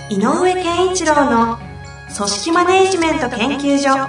井上健一郎の組織マネジメント研究所。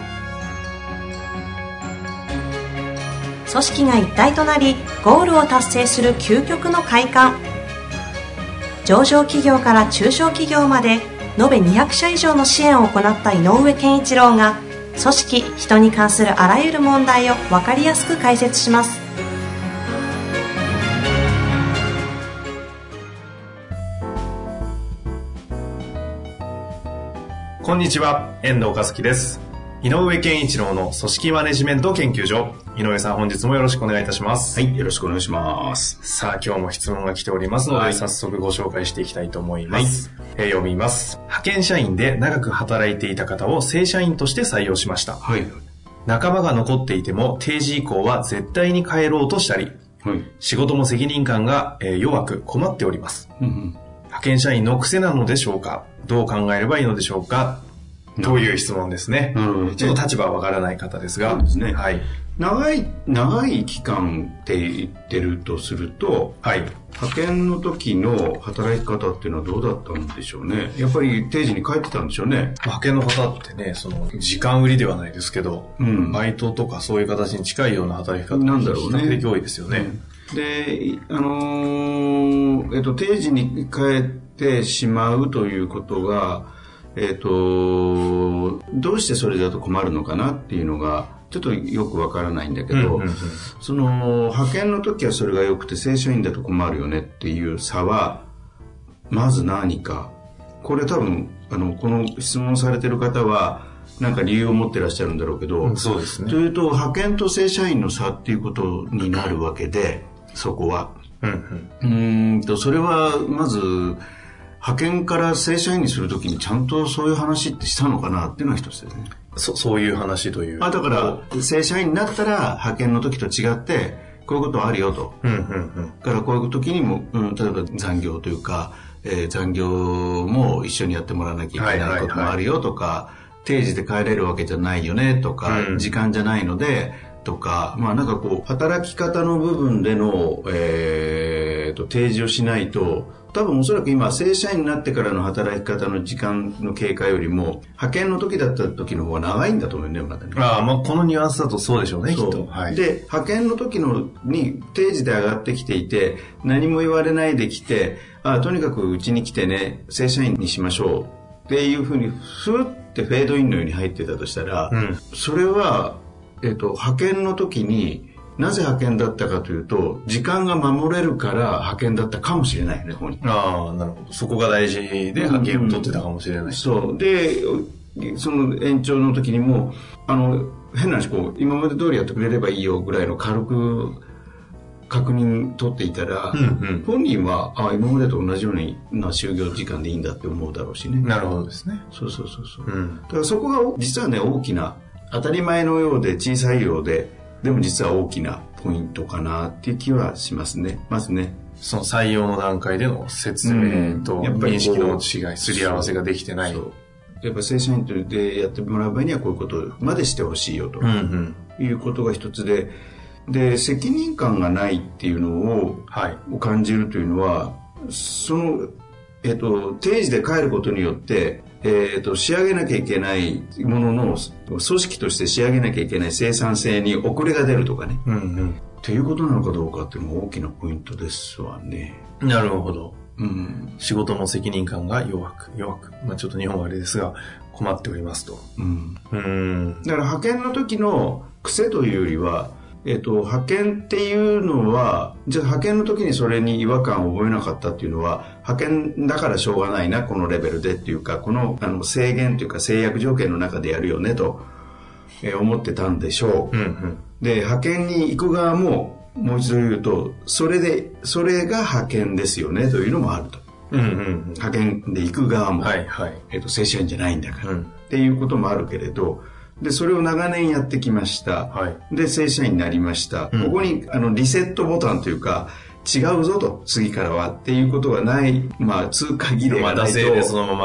組織が一体となりゴールを達成する究極の快感。上場企業から中小企業まで延べ200社以上の支援を行った井上健一郎が、組織・人に関するあらゆる問題を分かりやすく解説します。 こんにちは、遠藤和樹です。井上健一郎の組織マネジメント研究所。井上さん、本日もよろしくお願いいたします。 はい、よろしくお願いします。 さあ、今日も質問が来ておりますので、早速ご紹介していきたいと思います。読みます。派遣社員で長く働いていた方を正社員として採用しました。 はい。 仲間が残っていても定時以降は絶対に帰ろうとしたり、仕事も責任感が弱く困っております。派遣社員の癖なのでしょうか？どう考えればいいのでしょうか？という質問ですね。ちょっと立場はわからない方ですが。 そうですね。 はい。 長い期間って言ってるとすると、 はい。 派遣の時の働き方っていうのはどうだったんでしょうね。やっぱり定時に帰ってたんでしょうね。 派遣の方ってね、その時間売りではないですけど、バイトとかそういう形に近いような働き方なんだろうね。 比較的多いですよね。 で、定時に帰ってしまうということが、どうしてそれだと困るのかなっていうのがちょっとよくわからないんだけど、その派遣の時はそれが良くて正社員だと困るよねっていう差はまず何か、これ多分この質問されてる方はなんか理由を持ってらっしゃるんだろうけど、 そうですね。 というと派遣と正社員の差っていうことになるわけで、そこはそれはまず派遣から正社員にするときにちゃんとそういう話ってしたのかなっていうのは一つですね。 そういう話という。 だから正社員になったら派遣の時と違ってこういうことあるよと。だからこういう時にも、例えば残業というか、残業も一緒にやってもらわなきゃいけないこともあるよとか、定時で帰れるわけじゃないよねとか、時間じゃないのでとか、なんかこう働き方の部分での、提示をしないと、多分おそらく今正社員になってからの働き方の時間の経過よりも派遣の時だった時の方が長いんだと思うんだよ、まだね。 このニュアンスだとそうでしょうね、きっと。 で、派遣の時のに定時で上がってきていて何も言われないで来て、とにかくうちに来てね、正社員にしましょうっていうふうにふーってフェードインのように入ってたとしたら、それは、派遣の時になぜ派遣だったかというと、時間が守れるから派遣だったかもしれないよね、本人。 なるほど。そこが大事で派遣を取ってたかもしれない。 そうで、その延長の時にも変な話、今まで通りやってくれればいいよぐらいの軽く確認取っていたら、本人は今までと同じような就業時間でいいんだって思うだろうしね。 なるほどですね。 そう、だからそこが実はね、大きな、当たり前のようで小さいようで、でも実は大きなポイントかなっていう気はしますね。まずね、 その採用の段階での説明と認識の違い、すり合わせができてない。 やっぱ正社員でやってもらう場合にはこういうことまでしてほしいよと、いうことが一つで、責任感がないっていうのを感じるというのは、その、定時で帰ることによって仕上げなきゃいけないものの組織として仕上げなきゃいけない生産性に遅れが出るとかね、っていうことなのかどうかっていうのも大きなポイントですわね。 なるほど。仕事の責任感が弱く、ちょっと日本はあれですが困っておりますと。 だから派遣の時の癖というよりは、派遣っていうのは、じゃあ派遣の時にそれに違和感を覚えなかったっていうのは、派遣だからしょうがないな、このレベルでっていうか、この制限というか制約条件の中でやるよねと、思ってたんでしょう。で、派遣に行く側も、もう一度言うと、それが派遣ですよねというのもあると。派遣で行く側も、正社員じゃないんだから、っていうこともあるけれど、で、それを長年やってきました。で、正社員になりました。ここに、リセットボタンというか、違うぞと、次からはっていうことがない、通過儀礼がないと。 惰性でそのまま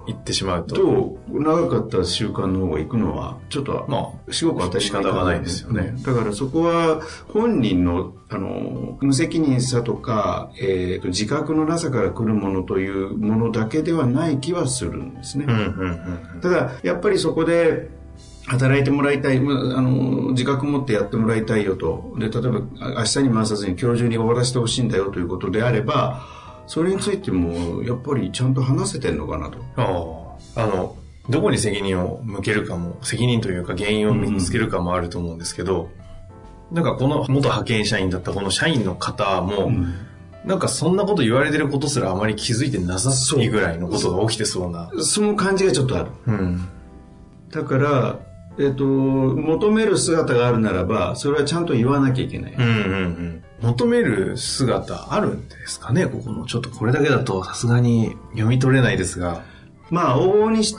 行ってしまうと。 長かった習慣の方が行くのは、ちょっと、すごく当たり前仕方がないですよね。 だからそこは、本人の、無責任さとか、自覚のなさから来るものというものだけではない気はするんですね。ただ、やっぱりそこで、働いてもらいたい、自覚持ってやってもらいたいよと。で、例えば、明日に回さずに今日中に終わらせてほしいんだよということであれば、それについても、やっぱりちゃんと話せてんのかなと。 どこに責任を向けるかも、責任というか原因を見つけるかもあると思うんですけど、なんかこの元派遣社員だったこの社員の方も、なんかそんなこと言われてることすらあまり気づいてなさすぎぐらいのことが起きてそうな。 その感じがちょっとある。だから、求める姿があるならば、それはちゃんと言わなきゃいけない。 求める姿あるんですかね、ここの。ちょっとこれだけだとさすがに読み取れないですが。 往々にして、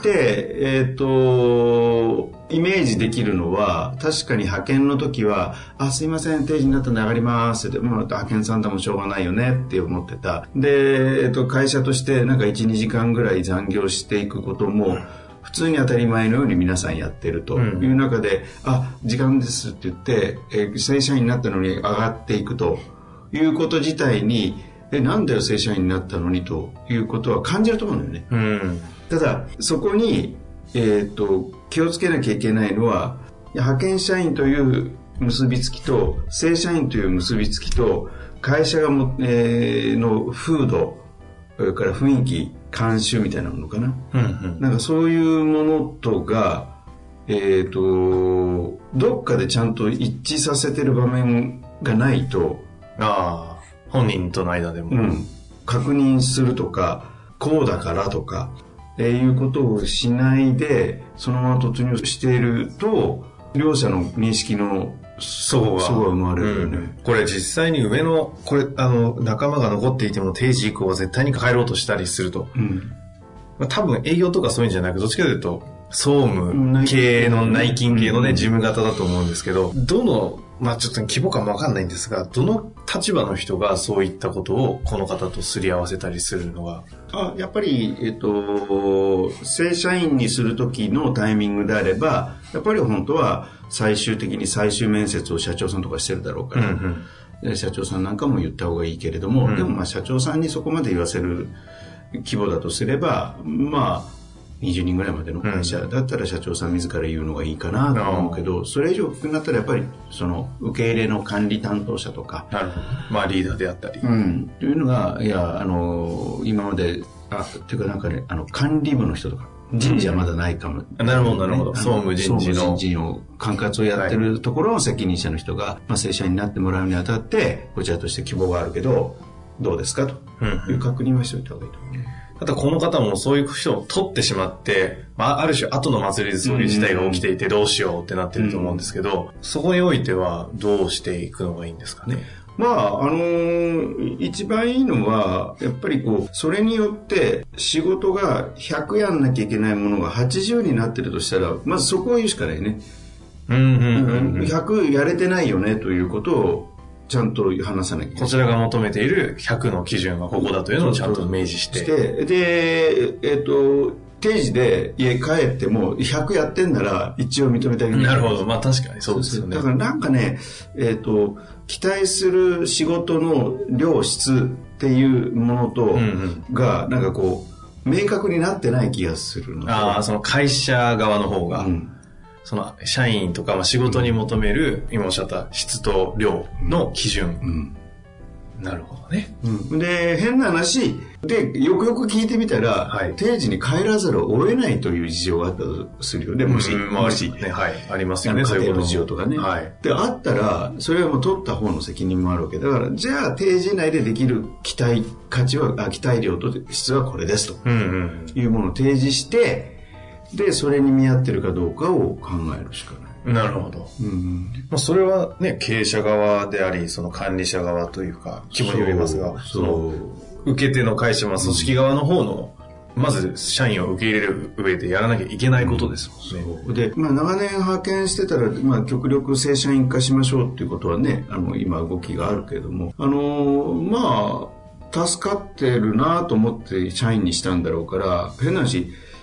イメージできるのは、確かに派遣の時は、すいません、定時になったんで上がりますって、派遣さんだもしょうがないよねって思ってた。で、会社としてなんか1、2時間ぐらい残業していくことも、普通に当たり前のように皆さんやってるという中で、時間ですって言って、正社員になったのに上がっていくということ自体に、なんだよ正社員になったのにということは感じると思うんだよね。ただ、そこに、気をつけなきゃいけないのは、派遣社員という結びつきと、正社員という結びつきと、会社がの風土、それから雰囲気、慣習みたいなものかな。なんかそういうものとが、どっかでちゃんと一致させてる場面がないと、 本人との間でも、 確認するとか、こうだからとか、いうことをしないで、そのまま突入していると、両者の認識の齟齬が生まれるよね。 これ実際に上の、仲間が残っていても定時以降は絶対に帰ろうとしたりすると。多分営業とかそういうんじゃなく、どっちかというと、総務系の内勤系のね、事務型だと思うんですけど、ちょっと規模感もわかんないんですが、どの立場の人がそういったことをこの方とすり合わせたりするのが。 やっぱり、正社員にするときのタイミングであれば、やっぱり本当は最終的に最終面接を社長さんとかしてるだろうから、社長さんなんかも言った方がいいけれども、でも社長さんにそこまで言わせる規模だとすれば、20人ぐらいまでの会社だったら社長さん自ら言うのがいいかなと思うけど、それ以上大きくなったらやっぱりその受け入れの管理担当者とか、 リーダーであったり、 というのが今までっていうかなんかね、管理部の人とか人事はまだないかも、 なるほど総務人事の管轄をやってるところの責任者の人が、正社員になってもらうにあたってこちらとして希望があるけどどうですかという確認はしておいた方がいいと思う。 あとこの方もそういう人を取ってしまって、ある種後の祭りでそういう事態が起きていてどうしようってなってると思うんですけど、そこにおいてはどうしていくのがいいんですかね。 一番いいのはやっぱりそれによって仕事が100やんなきゃいけないものが80になってるとしたら、まずそこを言うしかないね。100やれてないよねということをちゃんと話さなきゃいけない。 こちらが求めている100の基準はここだというのをちゃんと明示して。 で、定時で家帰っても100やってんなら一応認めてあげる。 なるほど。確かにそうですよね。 だからなんかね、期待する仕事の量質っていうものと、がなんか明確になってない気がするので。 その会社側の方が。その社員とか仕事に求める、今おっしゃった質と量の基準。なるほどね。 で、変な話で、よくよく聞いてみたら、定時に帰らざるを得ないという事情があったとするよね。もしね、ありますよね。 家庭の事情とかね。で、あったら、それはもう取った方の責任もあるわけだから、じゃあ定時内でできる期待量と質はこれですというものを提示して、で、それに見合ってるかどうかを考えるしかない。 なるほど。それはね、経営者側であり、その管理者側というか、規模によりますが、受け手の会社は組織側の方の、まず社員を受け入れる上でやらなきゃいけないことですもんね。 で、長年派遣してたら、極力正社員化しましょうっていうことはね、今動きがあるけれども、助かってるなと思って社員にしたんだろうから、変な話、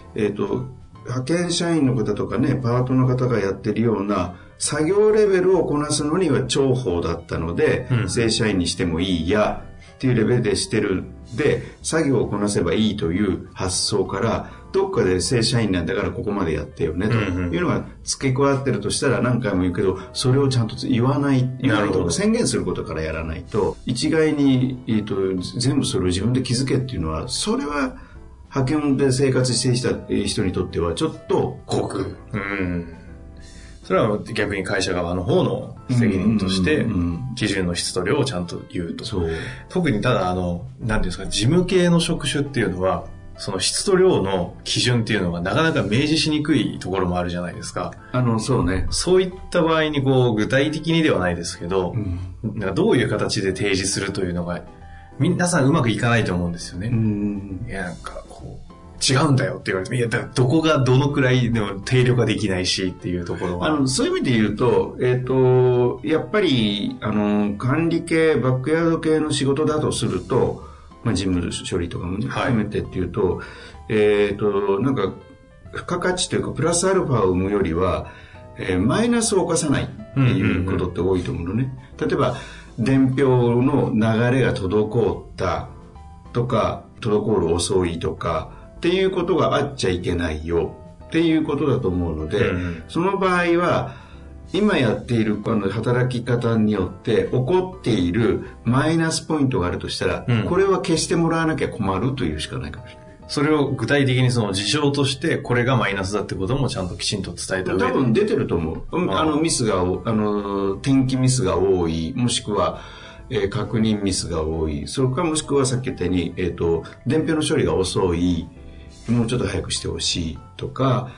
派遣社員の方とかね、パートの方がやってるような作業レベルをこなすのには重宝だったので、正社員にしてもいいやっていうレベルでしてる。で、作業をこなせばいいという発想から、どっかで正社員なんだからここまでやってよねというのが付け加わってるとしたら、何回も言うけど、それをちゃんと言わないと、宣言することからやらないと、一概に、全部それを自分で気づけっていうのは、それは派遣で生活してきた人にとってはちょっと酷。 それは逆に会社側の方の責任として、基準の質と量をちゃんと言うと。特にただ、なんていうんですか、事務系の職種っていうのは、その質と量の基準っていうのがなかなか明示しにくいところもあるじゃないですか。 そうね。 そういった場合に具体的にではないですけど、なんかどういう形で提示するというのが、皆さんうまくいかないと思うんですよね。いや、なんか違うんだよって言われて、いや、だからどこがどのくらいでも定量ができないしっていうところは。 そういう意味で言うと、やっぱり、管理系、バックヤード系の仕事だとすると、事務処理とかも含めてっていうと、なんか、付加価値というか、プラスアルファを生むよりは、マイナスを犯さないっていうことって多いと思うのね。例えば、伝票の流れが滞ったとか、滞る遅いとか、っていうことがあっちゃいけないよっていうことだと思うので、その場合は、今やっている働き方によって起こっているマイナスポイントがあるとしたら、これは消してもらわなきゃ困るというしかないかもしれない。 それを具体的にその事象としてこれがマイナスだってこともちゃんときちんと伝えた上で。 多分出てると思う。ミスが、転記ミスが多い、もしくは、確認ミスが多い、それかもしくはさっき言ったように、伝票の処理が遅い、もうちょっと早くしてほしいとか、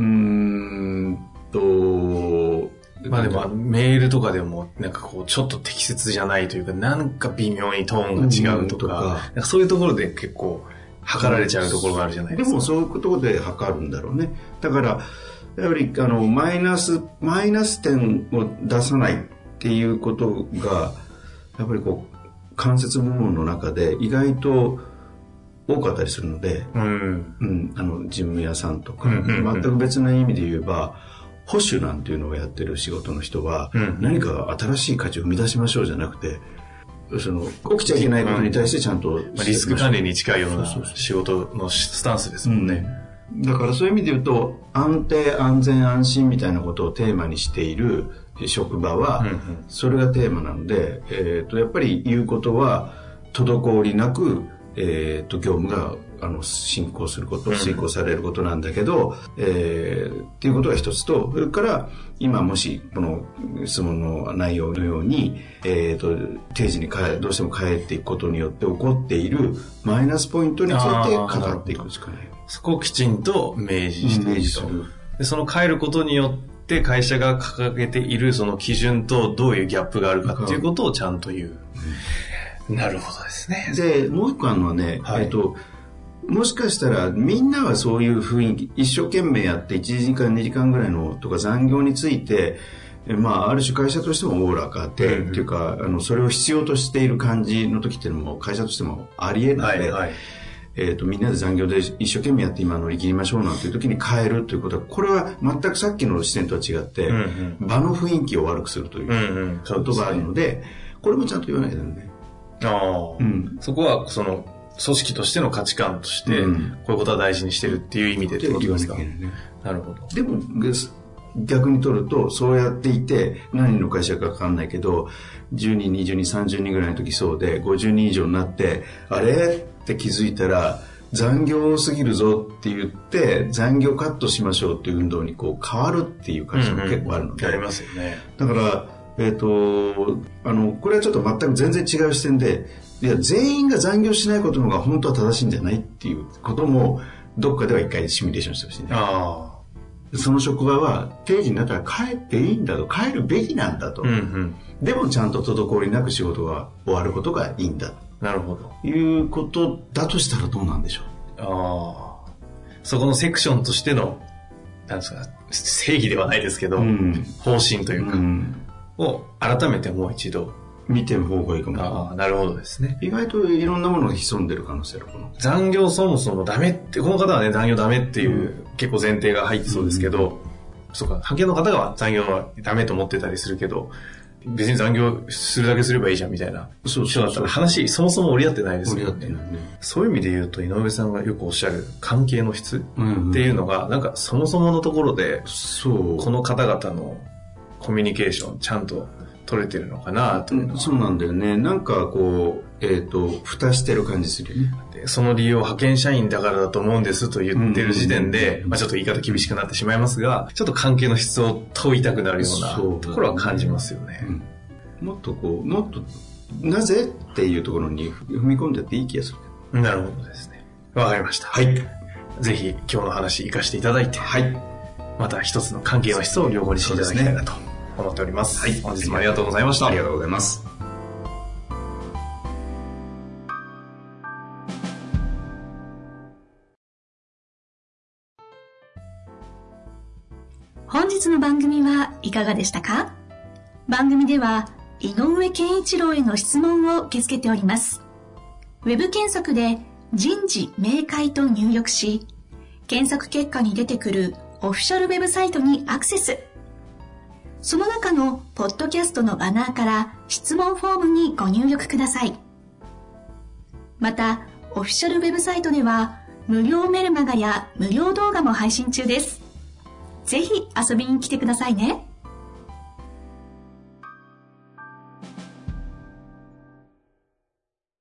まあでもメールとかでもなんかちょっと適切じゃないというか、なんか微妙にトーンが違うとか、なんかそういうところで結構測られちゃうところがあるじゃないですか。 でもそういうところで測るんだろうね。だからやはりマイナス点を出さないっていうことがやっぱり間接部門の中で意外と多かったりするので、事務屋さんとか、全く別な意味で言えば保守なんていうのをやってる仕事の人は、何か新しい価値を生み出しましょうじゃなくて、起きちゃいけないことに対してちゃんと、 リスク管理に近いような仕事のスタンスですもんね。 だからそういう意味で言うと、安定安全安心みたいなことをテーマにしている職場は、それがテーマなので、やっぱり言うことは滞りなく、業務が進行すること、遂行されることなんだけど、っていうことが一つと、それから今もしこの質問の内容のように、定時にどうしても変えていくことによって起こっているマイナスポイントについて語っていくしかない。 そこをきちんと明示していくと。でその変えることによって会社が掲げているその基準とどういうギャップがあるかっていうことをちゃんと言う。なるほどですね。 で、もう一個あるのはね、もしかしたらみんなはそういう雰囲気、一生懸命やって1時間2時間ぐらいのとか残業について、ある種会社としてもおおらかで、っていうかそれを必要としている感じの時っていうのも会社としてもありえないので、みんなで残業で一生懸命やって今乗り切りましょうなんていう時に変えるということは、これは全くさっきの視点とは違って、場の雰囲気を悪くするということがあるので、これもちゃんと言わないとね。 そこはその組織としての価値観として、こういうことは大事にしてるっていう意味でってことですか。なるほど。 でも逆に取ると、そうやっていて何の会社か分かんないけど、10人20人30人ぐらいの時そうで、50人以上になってあれって気づいたら残業多すぎるぞって言って残業カットしましょうっていう運動に変わるっていう会社も結構あるので、 ありますよね。 だからこれはちょっと全く全然違う視点で、いや全員が残業しないことの方が本当は正しいんじゃないっていうこともどっかでは一回シミュレーションしてほしいね。その職場は定時になったら帰っていいんだと、帰るべきなんだと、でもちゃんと滞りなく仕事が終わることがいいんだ、 なるほど、 いうことだとしたらどうなんでしょう。そこのセクションとしてのなんですか、正義ではないですけど、方針というか、を改めてもう一度見てる方がいいかも。 ああ、なるほどですね。 意外といろんなものが潜んでる可能性あるかな。 残業そもそもダメって、この方はね、残業ダメっていう結構前提が入ってそうですけど、そうか、派遣の方が残業はダメと思ってたりするけど、別に残業するだけすればいいじゃんみたいな人だったら話そもそも折り合ってないですよね。 折り合ってないね。 そういう意味で言うと井上さんがよくおっしゃる関係の質っていうのがなんかそもそものところで、この方々のコミュニケーションちゃんと取れてるのかなというのは。 そうなんだよね。なんかこう蓋してる感じするよね。 でその理由を派遣社員だからだと思うんですと言ってる時点で、ちょっと言い方厳しくなってしまいますが、ちょっと関係の質を問いたくなるようなところは感じますよね。 もっとなぜっていうところに踏み込んでっていい気がする。 なるほどですね。わかりました。はい。ぜひ今日の話活かしていただいて、はい。また一つの関係の質を両方にしていただきたいなと思っております。はい。本日もありがとうございました。 ありがとうございます。 本日の番組はいかがでしたか？番組では井上健一郎への質問を受け付けております。ウェブ検索で人事明快と入力し、検索結果に出てくるオフィシャルウェブサイトにアクセス。その中のポッドキャストのバナーから質問フォームにご入力ください。また、オフィシャルウェブサイトでは無料メルマガや無料動画も配信中です。ぜひ遊びに来てくださいね。